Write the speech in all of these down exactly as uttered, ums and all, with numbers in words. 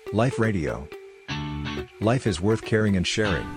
Life Radio. Life is worth caring and sharing.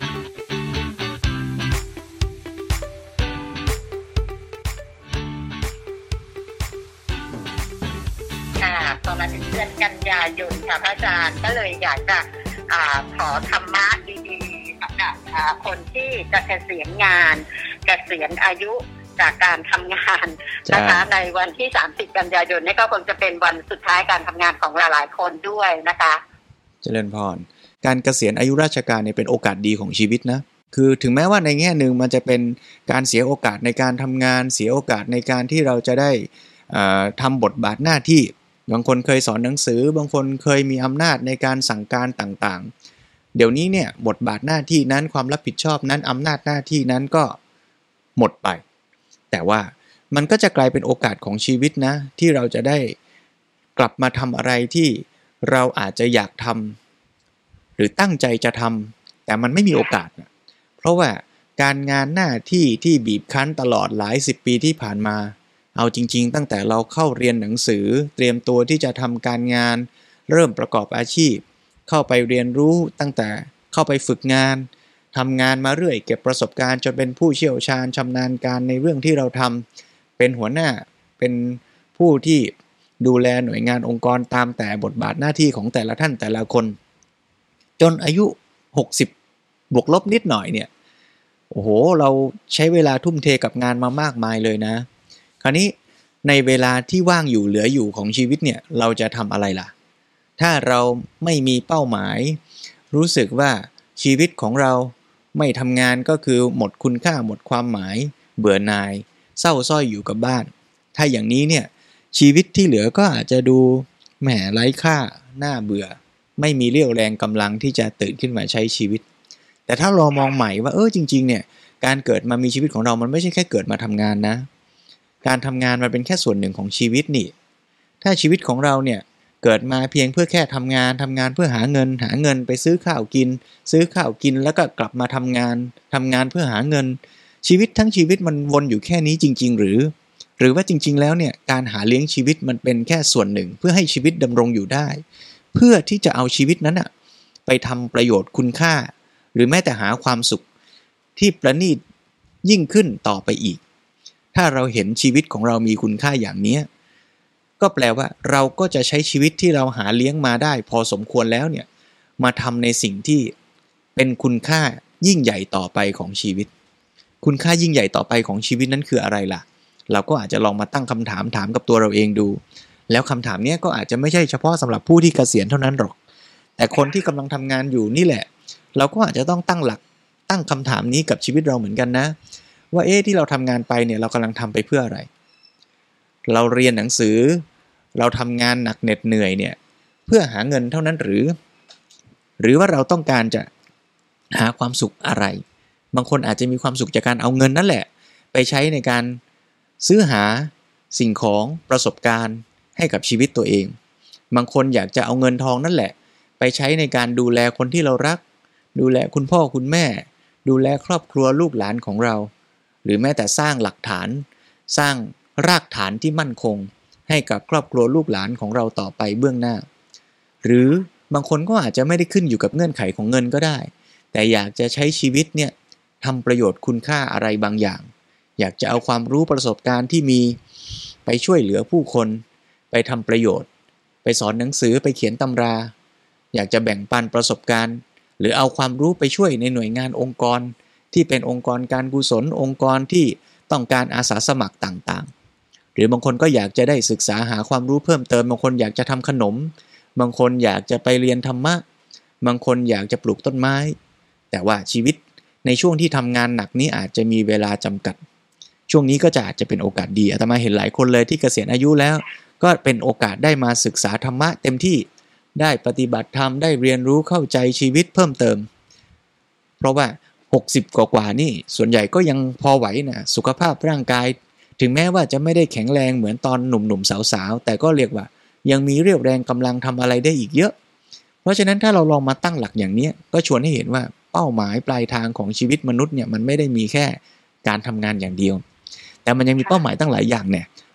ค่ะพอมาถึงเดือนกันยายนค่ะพระอาจารย์ก็เลยอยากจะอ่าขอธรรมะดีๆสำหรับอ่าคนที่จะเกษียณงานเกษียณอายุจากการทำงานนะคะในวันที่สามสิบกันยายนนี่ก็คงจะเป็นวันสุดท้ายการทำงานของหลายๆคนด้วยนะคะเจริญพรการเกษียณอายุราชการเนี่ยเป็นโอกาสดีของชีวิตนะคือถึงแม้ว่าในแง่นึงมันจะเป็นการเสียโอกาสในการทำงานเสียโอกาสในการที่เราจะได้ทำบทบาทหน้าที่บางคนเคยสอนหนังสือบางคนเคยมีอำนาจในการสั่งการต่างๆเดี๋ยวนี้เนี่ยบทบาทหน้าที่นั้นความรับผิดชอบนั้นอำนาจหน้าที่นั้นก็หมดไปแต่ว่ามันก็จะกลายเป็นโอกาสของชีวิตนะที่เราจะได้กลับมาทำอะไรที่เราอาจจะอยากทำหรือตั้งใจจะทำแต่มันไม่มีโอกาสนะเพราะว่าการงานหน้าที่ที่บีบคั้นตลอดหลายสิบปีที่ผ่านมาเอาจริงๆตั้งแต่เราเข้าเรียนหนังสือเตรียมตัวที่จะทำการงานเริ่มประกอบอาชีพเข้าไปเรียนรู้ตั้งแต่เข้าไปฝึกงานทำงานมาเรื่อยเก็บประสบการณ์จนเป็นผู้เชี่ยวชาญชำนาญการในเรื่องที่เราทำเป็นหัวหน้าเป็นผู้ที่ดูแลหน่วยงานองค์กรตามแต่บทบาทหน้าที่ของแต่ละท่านแต่ละคนจนอายุหกสิบบวกลบนิดหน่อยเนี่ยโอ้โหเราใช้เวลาทุ่มเทกับงานมามากมายเลยนะคราวนี้ในเวลาที่ว่างอยู่เหลืออยู่ของชีวิตเนี่ยเราจะทำอะไรล่ะถ้าเราไม่มีเป้าหมายรู้สึกว่าชีวิตของเราไม่ทำงานก็คือหมดคุณค่าหมดความหมายเบื่อหน่ายเศร้าส้อยอยู่กับบ้านถ้าอย่างนี้เนี่ยชีวิตที่เหลือก็อาจจะดูแหมไร้ค่าน่าเบื่อไม่มีเรี่ยวแรงกำลังที่จะตื่นขึ้นมาใช้ชีวิตแต่ถ้าเรามองใหม่ว่าเออจริงๆเนี่ยการเกิดมามีชีวิตของเรามันไม่ใช่แค่เกิดมาทำงานนะการทำงานมันเป็นแค่ส่วนหนึ่งของชีวิตนี่ถ้าชีวิตของเราเนี่ยเกิดมาเพียงเพื่อแค่ทำงานทำงานเพื่อหาเงินหาเงินไปซื้อข้าวกินซื้อข้าวกินแล้วก็กลับมาทำงานทำงานเพื่อหาเงินชีวิตทั้งชีวิตมันวนอยู่แค่นี้จริงๆหรือหรือว่าจริงๆแล้วเนี่ยการหาเลี้ยงชีวิตมันเป็นแค่ส่วนหนึ่งเพื่อให้ชีวิตดำรงอยู่ได้เพื่อที่จะเอาชีวิตนั้นอะไปทำประโยชน์คุณค่าหรือแม้แต่หาความสุขที่ประณีตยิ่งขึ้นต่อไปอีกถ้าเราเห็นชีวิตของเรามีคุณค่าอย่างนี้ก็แปลว่าเราก็จะใช้ชีวิตที่เราหาเลี้ยงมาได้พอสมควรแล้วเนี่ยมาทำในสิ่งที่เป็นคุณค่ายิ่งใหญ่ต่อไปของชีวิตคุณค่ายิ่งใหญ่ต่อไปของชีวิตนั้นคืออะไรล่ะเราก็อาจจะลองมาตั้งคำถามถามกับตัวเราเองดูแล้วคำถามนี้ก็อาจจะไม่ใช่เฉพาะสำหรับผู้ที่เกษียณเท่านั้นหรอกแต่คนที่กำลังทำงานอยู่นี่แหละเราก็อาจจะต้องตั้งหลักตั้งคำถามนี้กับชีวิตเราเหมือนกันนะว่าเอ๊ะที่เราทำงานไปเนี่ยเรากำลังทำไปเพื่ออะไรเราเรียนหนังสือเราทำงานหนักเหน็ดเหนื่อยเนี่ยเพื่อหาเงินเท่านั้นหรือหรือว่าเราต้องการจะหาความสุขอะไรบางคนอาจจะมีความสุขจากการเอาเงินนั่นแหละไปใช้ในการซื้อหาสิ่งของประสบการณ์ให้กับชีวิตตัวเองบางคนอยากจะเอาเงินทองนั่นแหละไปใช้ในการดูแลคนที่เรารักดูแลคุณพ่อคุณแม่ดูแลครอบครัวลูกหลานของเราหรือแม้แต่สร้างหลักฐานสร้างรากฐานที่มั่นคงให้กับครอบครัวลูกหลานของเราต่อไปเบื้องหน้าหรือบางคนก็อาจจะไม่ได้ขึ้นอยู่กับเงื่อนไขของเงินก็ได้แต่อยากจะใช้ชีวิตเนี่ยทำประโยชน์คุณค่าอะไรบางอย่างอยากจะเอาความรู้ประสบการณ์ที่มีไปช่วยเหลือผู้คนไปทำประโยชน์ไปสอนหนังสือไปเขียนตำราอยากจะแบ่งปันประสบการณ์หรือเอาความรู้ไปช่วยในหน่วยงานองค์กรที่เป็นองค์กรการกุศลองค์กรที่ต้องการอาสาสมัครต่างๆหรือบางคนก็อยากจะได้ศึกษาหาความรู้เพิ่มเติมบางคนอยากจะทำขนมบางคนอยากจะไปเรียนธรรมะบางคนอยากจะปลูกต้นไม้แต่ว่าชีวิตในช่วงที่ทำงานหนักนี้อาจจะมีเวลาจำกัดช่วงนี้ก็จะอาจจะเป็นโอกาสดีอาตมาเห็นหลายคนเลยที่เกษียณอายุแล้วก็เป็นโอกาสได้มาศึกษาธรรมะเต็มที่ได้ปฏิบัติธรรมได้เรียนรู้เข้าใจชีวิตเพิ่มเติมเพราะว่าหกสิบกว่าๆนี่ส่วนใหญ่ก็ยังพอไหวนะสุขภาพร่างกายถึงแม้ว่าจะไม่ได้แข็งแรงเหมือนตอนหนุ่มๆสาวๆแต่ก็เรียกว่ายังมีเรี่ยวแรงกำลังทำอะไรได้อีกเยอะเพราะฉะนั้นถ้าเราลองมาตั้งหลักอย่างนี้ก็ชวนให้เห็นว่าเป้าหมายปลายทางของชีวิตมนุษย์เนี่ยมันไม่ได้มีแค่การทำงานอย่างเดียวแต่มันยังมีเป้าหมายตั้งหลายอย่างเนี่ย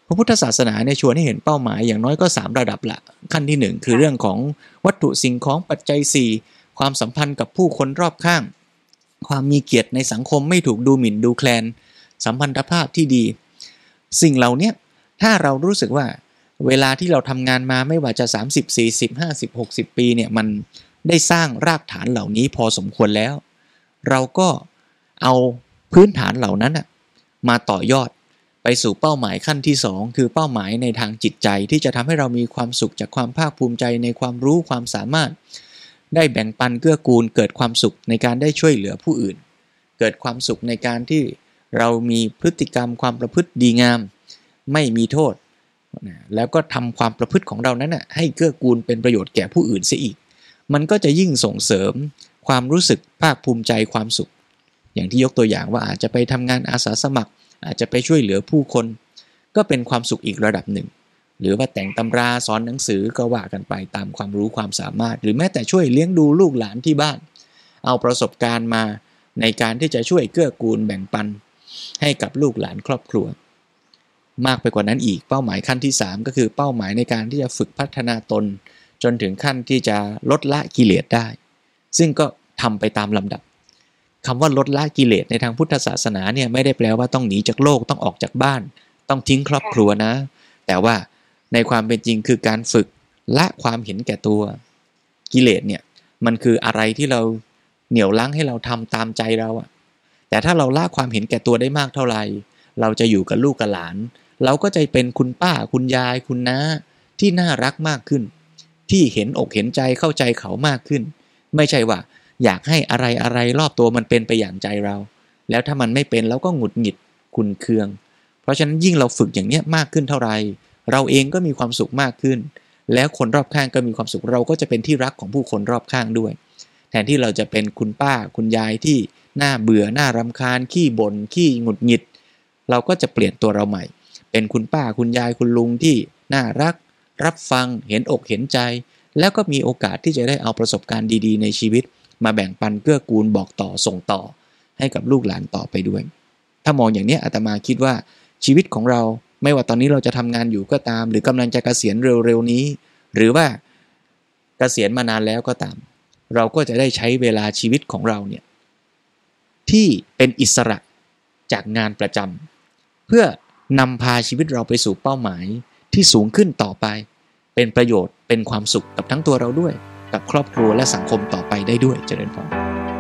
พระพุทธศาสนาเนี่ยชวนให้เห็นเป้าหมายอย่างน้อยก็สามระดับละขั้นที่หนึ่งคือเรื่องของวัตถุสิ่งของปัจจัยสี่ความสัมพันธ์กับผู้คนรอบข้างความมีเกียรติในสังคมไม่ถูกดูหมิ่นดูแคลนสัมพันธภาพที่ดีสิ่งเหล่านี้ถ้าเรารู้สึกว่าเวลาที่เราทำงานมาไม่ว่าจะสามสิบ สี่สิบ ห้าสิบ หกสิบปีเนี่ยมันได้สร้างรากฐานเหล่านี้พอสมควรแล้วเราก็เอาพื้นฐานเหล่านั้นมาต่อยอดไปสู่เป้าหมายขั้นที่สองคือเป้าหมายในทางจิตใจที่จะทำให้เรามีความสุขจากความภาคภูมิใจในความรู้ความสามารถได้แบ่งปันเกื้อกูลเกิดความสุขในการได้ช่วยเหลือผู้อื่นเกิดความสุขในการที่เรามีพฤติกรรมความประพฤติดีงามไม่มีโทษแล้วก็ทำความประพฤติของเรานั้นนะให้เกื้อกูลเป็นประโยชน์แก่ผู้อื่นเสียอีกมันก็จะยิ่งส่งเสริมความรู้สึกภาคภูมิใจความสุขอย่างที่ยกตัวอย่างว่าอาจจะไปทำงานอาสาสมัครอาจจะไปช่วยเหลือผู้คนก็เป็นความสุขอีกระดับหนึ่งหรือว่าแต่งตำราสอนหนังสือก็ว่ากันไปตามความรู้ความสามารถหรือแม้แต่ช่วยเลี้ยงดูลูกหลานที่บ้านเอาประสบการณ์มาในการที่จะช่วยเกื้อกูลแบ่งปันให้กับลูกหลานครอบครัวมากไปกว่านั้นอีกเป้าหมายขั้นที่สามก็คือเป้าหมายในการที่จะฝึกพัฒนาตนจนถึงขั้นที่จะลดละกิเลสได้ซึ่งก็ทำไปตามลำดับคำว่าลดละกิเลสในทางพุทธศาสนาเนี่ยไม่ได้แปลว่าต้องหนีจากโลกต้องออกจากบ้านต้องทิ้งครอบครัวนะแต่ว่าในความเป็นจริงคือการฝึกละความเห็นแก่ตัวกิเลสเนี่ยมันคืออะไรที่เราเหนี่ยวรั้งให้เราทำตามใจเราอะแต่ถ้าเราละความเห็นแก่ตัวได้มากเท่าไหร่เราจะอยู่กับลูกกับหลานเราก็จะเป็นคุณป้าคุณยายคุณน้าที่น่ารักมากขึ้นที่เห็นอกเห็นใจเข้าใจเขามากขึ้นไม่ใช่ว่าอยากให้อะไรอะไรรอบตัวมันเป็นไปอย่างใจเราแล้วถ้ามันไม่เป็นเราก็หงุดหงิดขุ่นเคืองเพราะฉะนั้นยิ่งเราฝึกอย่างเนี้ยมากขึ้นเท่าไหร่เราเองก็มีความสุขมากขึ้นแล้วคนรอบข้างก็มีความสุขเราก็จะเป็นที่รักของผู้คนรอบข้างด้วยแทนที่เราจะเป็นคุณป้าคุณยายที่น่าเบื่อน่ารำคาญขี้บ่นขี้หงุดหงิดเราก็จะเปลี่ยนตัวเราใหม่เป็นคุณป้าคุณยายคุณลุงที่น่ารักรับฟังเห็นอกเห็นใจแล้วก็มีโอกาสที่จะได้เอาประสบการณ์ดีๆในชีวิตมาแบ่งปันเกื้อกูลบอกต่อส่งต่อให้กับลูกหลานต่อไปด้วยถ้ามองอย่างนี้อาตมาคิดว่าชีวิตของเราไม่ว่าตอนนี้เราจะทำงานอยู่ก็ตามหรือกำลังจะเกษียณเร็วๆนี้หรือว่าเกษียณมานานแล้วก็ตามเราก็จะได้ใช้เวลาชีวิตของเราเนี่ยที่เป็นอิสระจากงานประจำเพื่อนำพาชีวิตเราไปสู่เป้าหมายที่สูงขึ้นต่อไปเป็นประโยชน์เป็นความสุขกับทั้งตัวเราด้วยกับครอบครัวและสังคมต่อไปได้ด้วยเจริญพร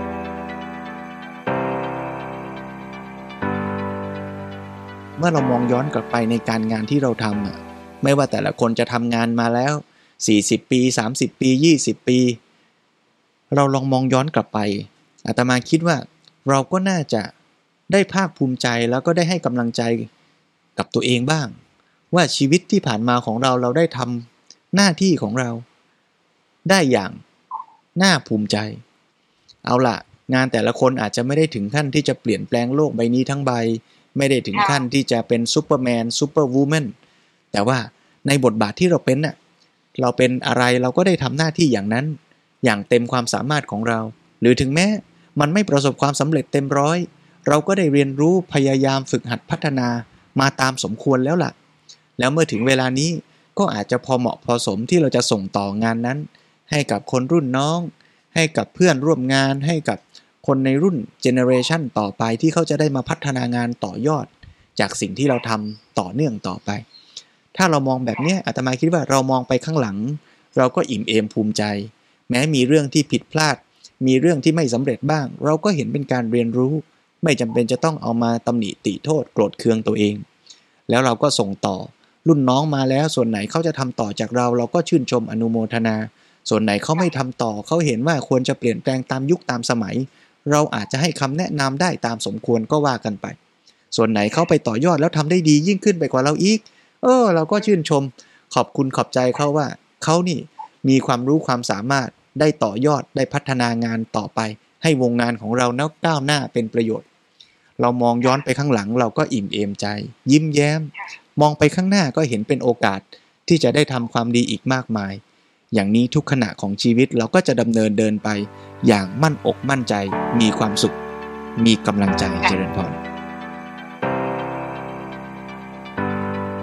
เมื่อเรามองย้อนกลับไปในการงานที่เราทำอ่ะไม่ว่าแต่ละคนจะทำงานมาแล้วสี่สิบปีสามสิบปียี่สิบปีเราลองมองย้อนกลับไปอาตมาคิดว่าเราก็น่าจะได้ภาคภูมิใจแล้วก็ได้ให้กำลังใจกับตัวเองบ้างว่าชีวิตที่ผ่านมาของเราเราได้ทำหน้าที่ของเราได้อย่างน่าภูมิใจเอาล่ะงานแต่ละคนอาจจะไม่ได้ถึงขั้นที่จะเปลี่ยนแปลงโลกใบนี้ทั้งใบไม่ได้ถึงขั้นที่จะเป็นซูเปอร์แมนซูเปอร์วูแมนแต่ว่าในบทบาทที่เราเป็นน่ะเราเป็นอะไรเราก็ได้ทำหน้าที่อย่างนั้นอย่างเต็มความสามารถของเราหรือถึงแม้มันไม่ประสบความสำเร็จเต็มร้อยเราก็ได้เรียนรู้พยายามฝึกหัดพัฒนามาตามสมควรแล้วล่ะแล้วเมื่อถึงเวลานี้ก็อาจจะพอเหมาะพอสมที่เราจะส่งต่องานนั้นให้กับคนรุ่นน้องให้กับเพื่อนร่วมงานให้กับคนในรุ่นเจเนอเรชันต่อไปที่เขาจะได้มาพัฒนางานต่อยอดจากสิ่งที่เราทำต่อเนื่องต่อไปถ้าเรามองแบบนี้อาตมาคิดว่าเรามองไปข้างหลังเราก็อิ่มเอมภูมิใจแม้มีเรื่องที่ผิดพลาดมีเรื่องที่ไม่สำเร็จบ้างเราก็เห็นเป็นการเรียนรู้ไม่จำเป็นจะต้องเอามาตำหนิติโทษโกรธเคืองตัวเองแล้วเราก็ส่งต่อรุ่นน้องมาแล้วส่วนไหนเขาจะทำต่อจากเราเราก็ชื่นชมอนุโมทนาส่วนไหนเขาไม่ทำต่อเขาเห็นว่าควรจะเปลี่ยนแปลงตามยุคตามสมัยเราอาจจะให้คำแนะนำได้ตามสมควรก็ว่ากันไปส่วนไหนเขาไปต่อยอดแล้วทำได้ดียิ่งขึ้นไปกว่าเราอีกเออเราก็ชื่นชมขอบคุณขอบใจเขาว่าเขานี่มีความรู้ความสามารถได้ต่อยอดได้พัฒนางานต่อไปให้วงงานของเรานักก้าวหน้าเป็นประโยชน์เรามองย้อนไปข้างหลังเราก็อิ่มเอมใจยิ้มแย้มมองไปข้างหน้าก็เห็นเป็นโอกาสที่จะได้ทำความดีอีกมากมายอย่างนี้ทุกขณะของชีวิตเราก็จะดำเนินเดินไปอย่างมั่นอกมั่นใจมีความสุขมีกำลังใจเจริญพร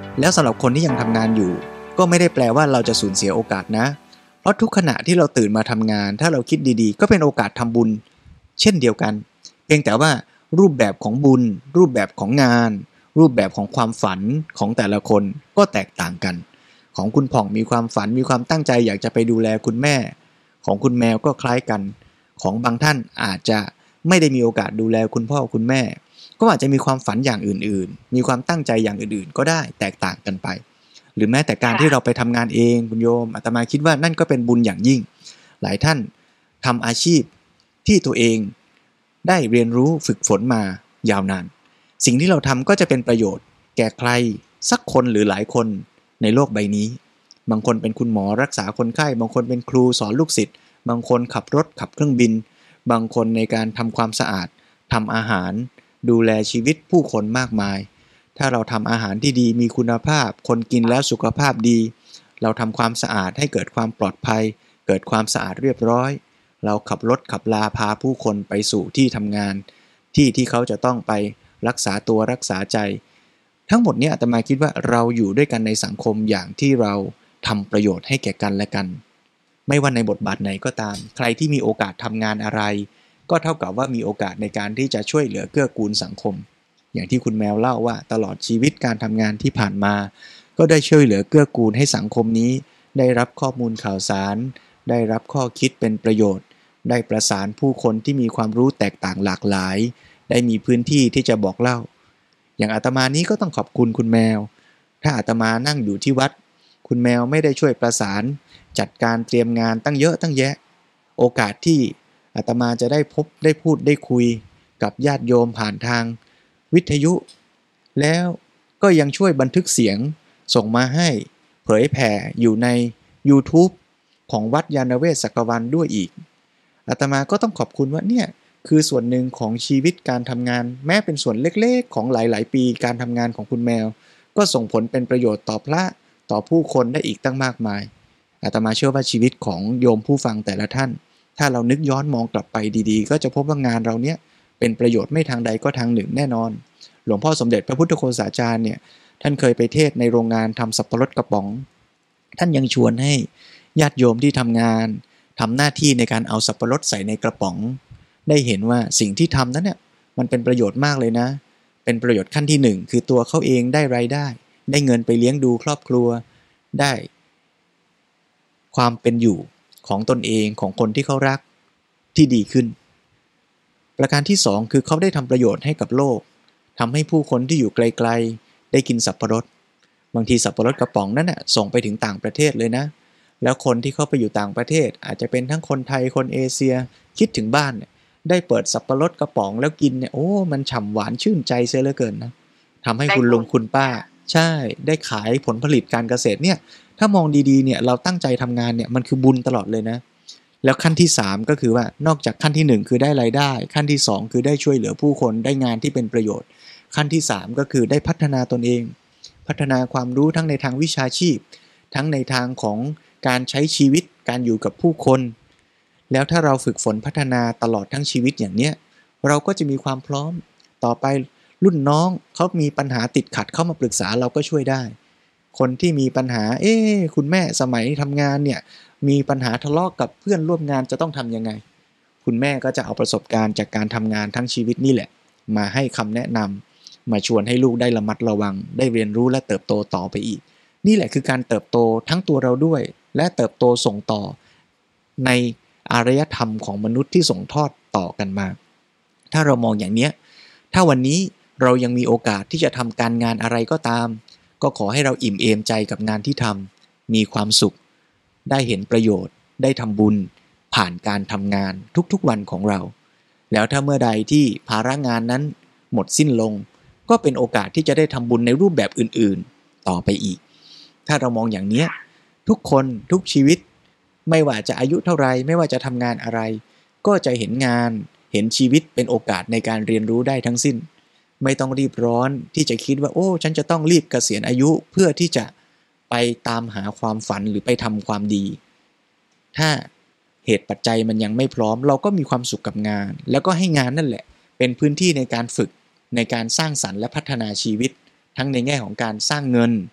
แล้วสำหรับคนที่ยังทำงานอยู่ก็ไม่ได้แปลว่าเราจะสูญเสียโอกาสนะเพราะทุกขณะที่เราตื่นมาทำงานถ้าเราคิดดีๆก็เป็นโอกาสทำบุญเช่นเดียวกันเพียงแต่ว่ารูปแบบของบุญรูปแบบของงานรูปแบบของความฝันของแต่ละคนก็แตกต่างกันของคุณผ่องมีความฝันมีความตั้งใจอยากจะไปดูแลคุณแม่ของคุณแมวก็คล้ายกันของบางท่านอาจจะไม่ได้มีโอกาสดูแลคุณพ่อคุณแม่ก็อาจจะมีความฝันอย่างอื่นๆมีความตั้งใจอย่างอื่นๆก็ได้แตกต่างกันไปหรือแม้แต่การที่เราไปทำงานเองคุณโยมอาตมาคิดว่านั่นก็เป็นบุญอย่างยิ่งหลายท่านทำอาชีพที่ตัวเองได้เรียนรู้ฝึกฝนมายาวนานสิ่งที่เราทำก็จะเป็นประโยชน์แก่ใครสักคนหรือหลายคนในโลกใบนี้บางคนเป็นคุณหมอรักษาคนไข้บางคนเป็นครูสอนลูกศิษย์บางคนขับรถขับเครื่องบินบางคนในการทำความสะอาดทำอาหารดูแลชีวิตผู้คนมากมายถ้าเราทำอาหารที่ดีมีคุณภาพคนกินแล้วสุขภาพดีเราทำความสะอาดให้เกิดความปลอดภัยเกิดความสะอาดเรียบร้อยเราขับรถขับลาพาผู้คนไปสู่ที่ทำงานที่ที่เขาจะต้องไปรักษาตัวรักษาใจทั้งหมดนี้อาตมาคิดว่าเราอยู่ด้วยกันในสังคมอย่างที่เราทำประโยชน์ให้แก่กันและกันไม่ว่าในบทบาทไหนก็ตามใครที่มีโอกาสทำงานอะไรก็เท่ากับว่ามีโอกาสในการที่จะช่วยเหลือเกื้อกูลสังคมอย่างที่คุณแมวเล่าว่าตลอดชีวิตการทำงานที่ผ่านมาก็ได้ช่วยเหลือเกื้อกูลให้สังคมนี้ได้รับข้อมูลข่าวสารได้รับข้อคิดเป็นประโยชน์ได้ประสานผู้คนที่มีความรู้แตกต่างหลากหลายได้มีพื้นที่ที่จะบอกเล่าอย่างอาตมานี้ก็ต้องขอบคุณคุณแมวถ้าอาตมานั่งอยู่ที่วัดคุณแมวไม่ได้ช่วยประสานจัดการเตรียมงานตั้งเยอะตั้งแยะโอกาสที่อาตมาจะได้พบได้พูดได้คุยกับญาติโยมผ่านทางวิทยุแล้วก็ยังช่วยบันทึกเสียงส่งมาให้เผยแผ่อยู่ใน YouTube ของวัดยานเวศสักวันด้วยอีกอาตมาก็ต้องขอบคุณว่าเนี่ยคือส่วนหนึ่งของชีวิตการทำงานแม้เป็นส่วนเล็กๆของหลายๆปีการทำงานของคุณแมวก็ส่งผลเป็นประโยชน์ต่อพระต่อผู้คนได้อีกตั้งมากมายอาตมาเชื่อว่าชีวิตของโยมผู้ฟังแต่ละท่านถ้าเรานึกย้อนมองกลับไปดีๆก็จะพบว่างานเราเนี้ยเป็นประโยชน์ไม่ทางใดก็ทางหนึ่งแน่นอนหลวงพ่อสมเด็จพระพุทธโฆษาจารย์เนี่ยท่านเคยไปเทศในโรงงานทำสับปะรดกระป๋องท่านยังชวนให้ญาติโยมที่ทำงานทำหน้าที่ในการเอาสับปะรดใส่ในกระป๋องได้เห็นว่าสิ่งที่ทำนั้นเนี่ยมันเป็นประโยชน์มากเลยนะเป็นประโยชน์ขั้นที่หนึ่งคือตัวเขาเองได้รายได้ได้เงินไปเลี้ยงดูครอบครัวได้ความเป็นอยู่ของตนเองของคนที่เขารักที่ดีขึ้นประการที่สองคือเขาได้ทำประโยชน์ให้กับโลกทำให้ผู้คนที่อยู่ไกลๆได้กินสับปะรดบางทีสับปะรดกระป๋องนั้นน่ะส่งไปถึงต่างประเทศเลยนะแล้วคนที่เขาไปอยู่ต่างประเทศอาจจะเป็นทั้งคนไทยคนเอเชียคิดถึงบ้านเนี่ยได้เปิดสับปะรดกระป๋องแล้วกินเนี่ยโอ้มันฉ่ำหวานชื่นใจเสียเหลือเกินนะทำให้คุณลุงคุณป้าใช่ได้ขายผลผลิตการเกษตรเนี่ยถ้ามองดีๆเนี่ยเราตั้งใจทำงานเนี่ยมันคือบุญตลอดเลยนะแล้วขั้นที่สามก็คือว่านอกจากขั้นที่หนึ่งคือได้รายได้ขั้นที่สองคือได้ช่วยเหลือผู้คนได้งานที่เป็นประโยชน์ขั้นที่สามก็คือได้พัฒนาตนเองพัฒนาความรู้ทั้งในทางวิชาชีพทั้งในทางของการใช้ชีวิตการอยู่กับผู้คนแล้วถ้าเราฝึกฝนพัฒนาตลอดทั้งชีวิตอย่างเนี้ยเราก็จะมีความพร้อมต่อไปรุ่นน้องเขามีปัญหาติดขัดเข้ามาปรึกษาเราก็ช่วยได้คนที่มีปัญหาเอ๊ะคุณแม่สมัยทำงานเนี่ยมีปัญหาทะเลาะกับเพื่อนร่วมงานจะต้องทำยังไงคุณแม่ก็จะเอาประสบการณ์จากการทำงานทั้งชีวิตนี่แหละมาให้คำแนะนำมาชวนให้ลูกได้ระมัดระวังได้เรียนรู้และเติบโตต่อไปอีกนี่แหละคือการเติบโตทั้งตัวเราด้วยและเติบโตส่งต่อในอารยธรรมของมนุษย์ที่ส่งทอดต่อกันมาถ้าเรามองอย่างนี้ถ้าวันนี้เรายังมีโอกาสที่จะทำการงานอะไรก็ตามก็ขอให้เราอิ่มเอมใจกับงานที่ทำมีความสุขได้เห็นประโยชน์ได้ทำบุญผ่านการทำงานทุกๆวันของเราแล้วถ้าเมื่อใดที่ภาระงานนั้นหมดสิ้นลงก็เป็นโอกาสที่จะได้ทำบุญในรูปแบบอื่นๆต่อไปอีกถ้าเรามองอย่างนี้ทุกคนทุกชีวิตไม่ว่าจะอายุเท่าไรไม่ว่าจะทำงานอะไรก็จะเห็นงานเห็นชีวิตเป็นโอกาสในการเรียนรู้ได้ทั้งสิ้นไม่ต้องรีบร้อนที่จะคิดว่าโอ้ฉันจะต้องรีบเกษียณอายุเพื่อที่จะไปตามหาความฝันหรือไปทำความดีถ้าเหตุปัจจัยมันยังไม่พร้อมเราก็มีความสุขกับงานแล้วก็ให้งานนั่นแหละเป็นพื้นที่ในการฝึกในการสร้างสรรค์และพัฒนาชีวิตทั้งในแง่ของการสร้างเงิน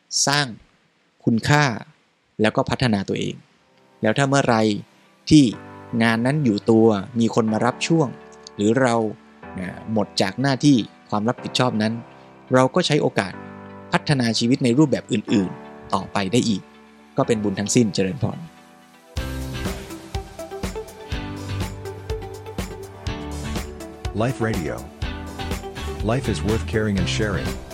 สร้างคุณค่าแล้วก็พัฒนาตัวเองแล้วถ้าเมื่อไรที่งานนั้นอยู่ตัวมีคนมารับช่วงหรือเราหมดจากหน้าที่ความรับผิดชอบนั้นเราก็ใช้โอกาสพัฒนาชีวิตในรูปแบบอื่นๆต่อไปได้อีกก็เป็นบุญทั้งสิ้นเจริญพร Life Radio. Life is worth caring and sharing.